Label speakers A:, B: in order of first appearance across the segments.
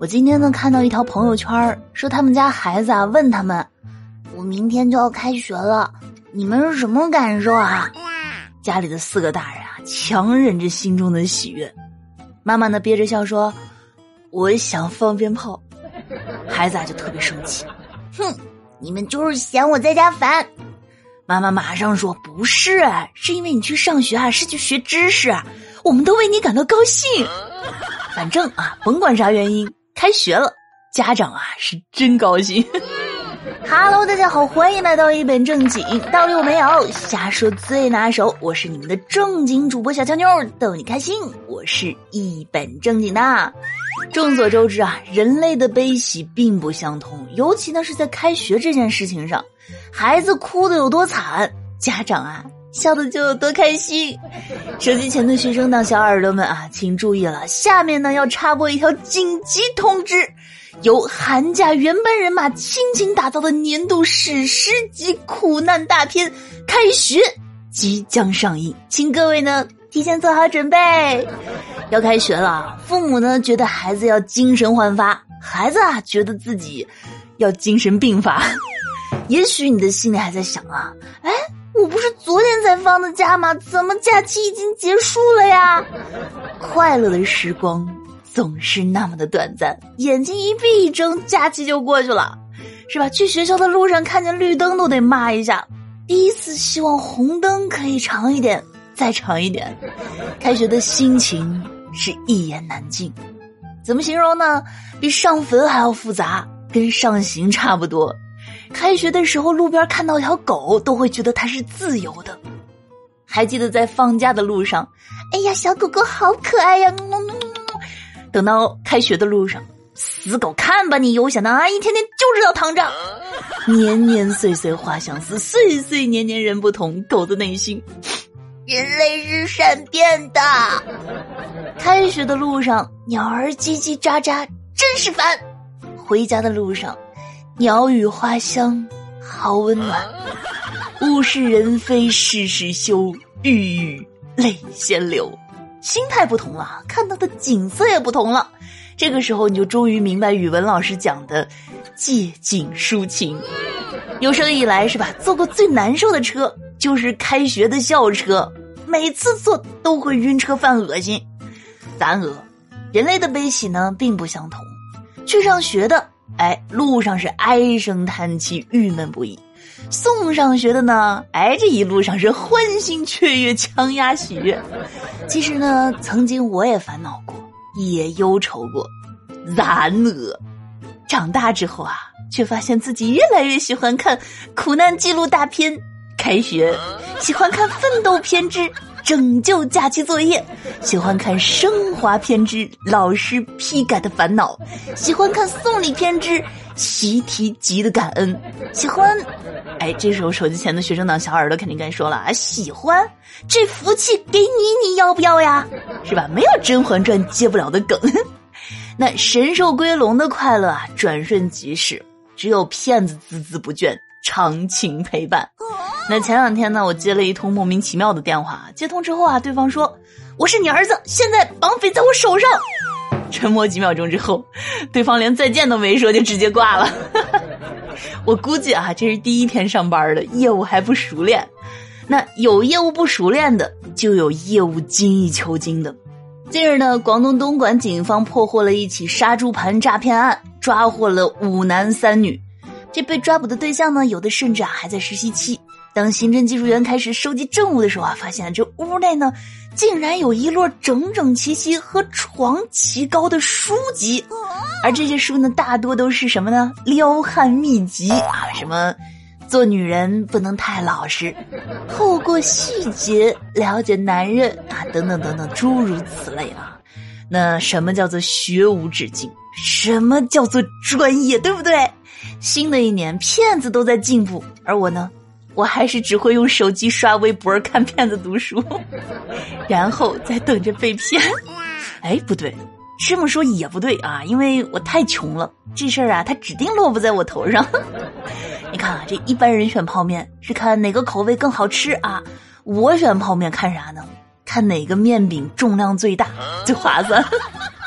A: 我今天呢看到一条朋友圈，说他们家孩子啊问他们，我明天就要开学了，你们是什么感受啊？家里的4个大人啊强忍着心中的喜悦。妈妈呢憋着笑说，我想放鞭炮。孩子啊就特别生气，哼，你们就是嫌我在家烦。妈妈马上说，不是，是因为你去上学啊，是去学知识，我们都为你感到高兴。反正啊甭管啥原因，开学了，家长啊是真高兴。Hello， 大家好，欢迎来到一本正经，道理我没有，瞎说最拿手，我是你们的正经主播小强妞，逗你开心，我是一本正经的。众所周知啊，人类的悲喜并不相同，尤其呢是在开学这件事情上，孩子哭得有多惨，家长啊笑得就有多开心。手机前的学生党小耳朵们啊，请注意了，下面呢要插播一条紧急通知，由寒假原班人马倾情打造的年度史诗级苦难大片《开学》即将上映，请各位呢提前做好准备。要开学了，父母呢觉得孩子要精神焕发，孩子啊觉得自己要精神病发。也许你的心里还在想啊，我不是昨天才放的假吗？怎么假期已经结束了呀？快乐的时光总是那么的短暂，眼睛一闭一睁，假期就过去了，是吧？去学校的路上看见绿灯都得骂一下，第一次希望红灯可以长一点，再长一点。开学的心情是一言难尽，怎么形容呢？比上坟还要复杂，跟上刑差不多。开学的时候路边看到一条狗都会觉得它是自由的。还记得在放假的路上，哎呀小狗狗好可爱呀，等到开学的路上，死狗看吧你悠闲的啊，一天天就知道躺着。年年岁岁花相似，岁岁年年人不同，狗的内心，人类是善变的。开学的路上鸟儿叽叽喳喳真是烦，回家的路上鸟语花香好温暖，物是人非事事休，欲语泪先流。心态不同了，看到的景色也不同了，这个时候你就终于明白语文老师讲的借景抒情。有生以来是吧，坐过最难受的车就是开学的校车，每次坐都会晕车犯恶心。然而人类的悲喜呢并不相同，去上学的路上是唉声叹气，郁闷不已，送上学的呢这一路上是欢欣雀跃，强压喜悦。其实呢曾经我也烦恼过，也忧愁过，然而长大之后啊，却发现自己越来越喜欢看苦难记录大片《开学》，喜欢看奋斗片之拯救假期作业，喜欢看升华篇之老师批改的烦恼，喜欢看送礼篇之习题集的感恩，喜欢这时候手机前的学生党小耳朵肯定该说了啊，喜欢这福气给你，你要不要呀？是吧？没有《甄嬛传》接不了的梗。那神兽归笼的快乐啊，转瞬即逝，只有骗子孜孜不倦，长情陪伴。那前2天呢，我接了一通莫名其妙的电话，接通之后啊，对方说我是你儿子，现在绑匪在我手上。沉默几秒钟之后，对方连再见都没说就直接挂了。我估计啊，这是第1天上班的，业务还不熟练。那有业务不熟练的，就有业务精益求精的。近日呢，广东东莞警方破获了一起杀猪盘诈骗案，抓获了5男3女。这被抓捕的对象呢，有的甚至还在实习期。当刑侦技术员开始收集证物的时候啊，发现这屋内呢竟然有一摞整整齐齐和床齐高的书籍，而这些书呢大多都是什么呢？撩汉秘籍啊，什么做女人不能太老实，透过细节了解男人啊，等等等等，诸如此类啊。那什么叫做学无止境？什么叫做专业，对不对？新的一年骗子都在进步，而我呢，我还是只会用手机刷微博，看骗子读书，然后再等着被骗。不对，这么说也不对啊，因为我太穷了，这事儿啊它指定落不在我头上。你看啊，这一般人选泡面是看哪个口味更好吃啊，我选泡面看啥呢？看哪个面饼重量最大最划算。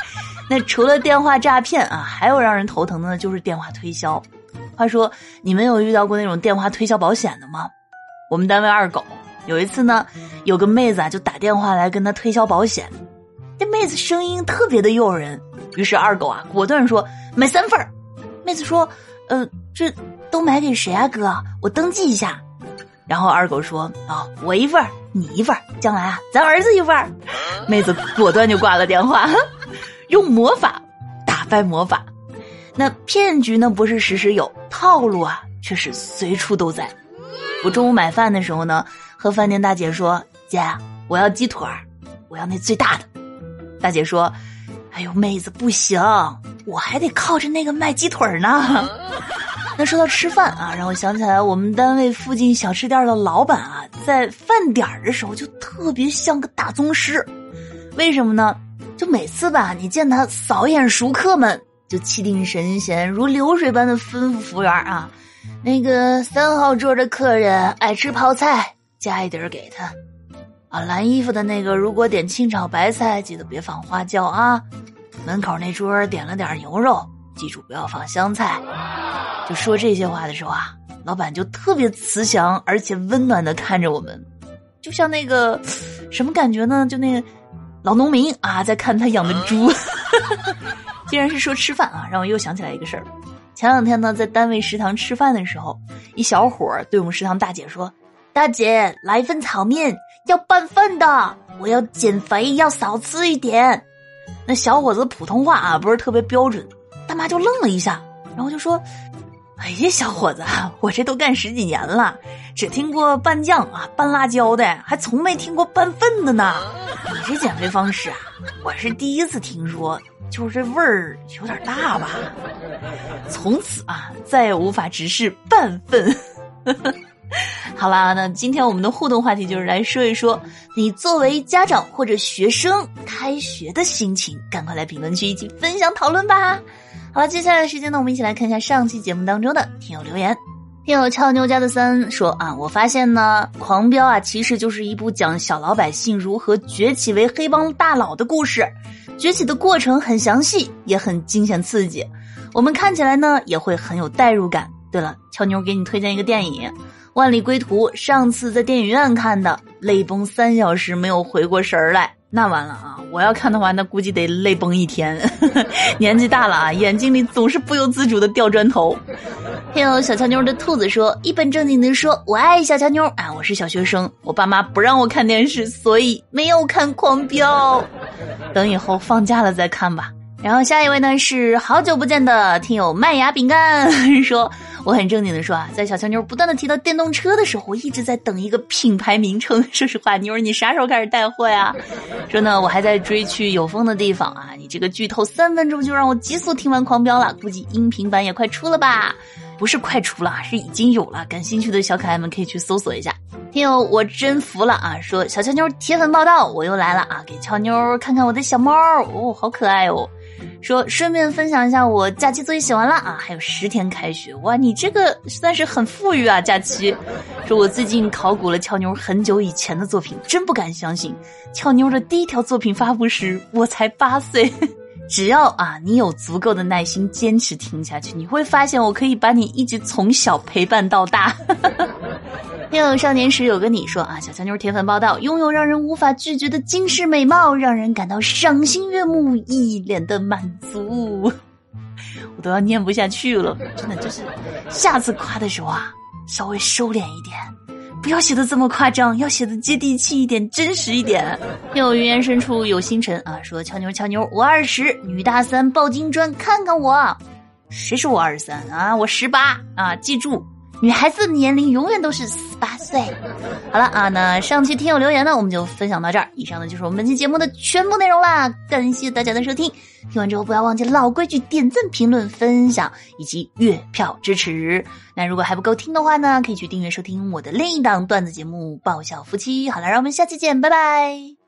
A: 那除了电话诈骗啊，还有让人头疼的呢，就是电话推销。话说，你们有遇到过那种电话推销保险的吗？我们单位二狗有一次呢，有个妹子啊就打电话来跟他推销保险，这妹子声音特别的诱人，于是二狗啊果断说买3份。妹子说这都买给谁啊哥？我登记一下。然后二狗说我1份你1份，将来啊咱儿子1份。妹子果断就挂了电话，用魔法打败魔法。那骗局呢不是时时有，套路啊却是随处都在。我中午买饭的时候呢，和饭店大姐说，姐我要鸡腿，我要那最大的。大姐说，哎呦妹子不行，我还得靠着那个卖鸡腿呢。那说到吃饭啊，让我想起来我们单位附近小吃店的老板啊，在饭点的时候就特别像个大宗师。为什么呢？就每次吧，你见他扫眼熟客们，就气定神闲，如流水般的吩咐服务员啊，那个3号桌的客人爱吃泡菜，加一点给他。蓝衣服的那个如果点清炒白菜，记得别放花椒啊。门口那桌点了点牛肉，记住不要放香菜。就说这些话的时候啊，老板就特别慈祥而且温暖的看着我们，就像那个什么感觉呢？就那个老农民啊，在看他养的猪。既然是说吃饭啊，让我又想起来一个事儿。前2天呢，在单位食堂吃饭的时候，一小伙对我们食堂大姐说：“大姐，来1份炒面，要拌饭的，我要减肥，要少吃一点。”那小伙子普通话啊不是特别标准，大妈就愣了一下，然后就说：“哎呀，小伙子，我这都干10几年了，只听过拌酱啊、拌辣椒的，还从没听过拌饭的呢。你这减肥方式啊，我是第一次听说，就是这味儿有点大吧。”从此啊，再也无法直视拌饭。好啦，那今天我们的互动话题就是来说一说你作为家长或者学生开学的心情，赶快来评论区一起分享讨论吧。好了，接下来的时间呢，我们一起来看一下上期节目当中的听友留言。听友俏妞家的3说啊，我发现呢，狂飙啊其实就是一部讲小老百姓如何崛起为黑帮大佬的故事，崛起的过程很详细，也很惊险刺激，我们看起来呢也会很有代入感。对了，俏妞给你推荐一个电影《万里归途》，上次在电影院看的，泪崩3小时没有回过神儿来。那完了啊！我要看的话，那估计得泪崩1天。年纪大了啊，眼睛里总是不由自主的掉砖头。还有小乔妞的兔子说，一本正经的说，我爱小乔妞啊，我是小学生，我爸妈不让我看电视，所以没有看狂飙，等以后放假了再看吧。然后下一位呢是好久不见的听友麦芽饼干说，我很正经的说啊，在小乔妞不断的提到电动车的时候，我一直在等一个品牌名称。说实话，妞你啥时候开始带货呀？说呢，我还在追去有风的地方啊，你这个剧透3分钟就让我急速听完狂飙了，估计音频版也快出了吧？不是快出了，是已经有了，感兴趣的小可爱们可以去搜索一下。听友我真服了啊，说小乔妞铁粉报道，我又来了啊，给乔妞看看我的小猫哦，好可爱哦。说顺便分享一下我假期作业写完了啊，还有10天开学，哇，你这个算是很富裕啊假期。说我最近考古了俏妞很久以前的作品，真不敢相信，俏妞的第1条作品发布时我才8岁。只要啊你有足够的耐心坚持听下去，你会发现我可以把你一直从小陪伴到大。听友少年时有个你说啊，小乔妞铁粉报道，拥有让人无法拒绝的惊世美貌，让人感到赏心悦目，一脸的满足。我都要念不下去了，真的就是下次夸的时候啊稍微收敛一点，不要写的这么夸张，要写的接地气一点，真实一点。听友云烟深处有星辰啊，说俏妞俏妞，我20，女大3抱金砖，看看我。谁说我23啊？我18啊，记住女孩子的年龄永远都是18岁。好了啊，那上期听友留言呢，我们就分享到这儿。以上呢就是我们本期节目的全部内容啦，感谢大家的收听。听完之后不要忘记老规矩，点赞、评论、分享以及月票支持。那如果还不够听的话呢，可以去订阅收听我的另一档段子节目《爆笑夫妻》。好了，让我们下期见，拜拜。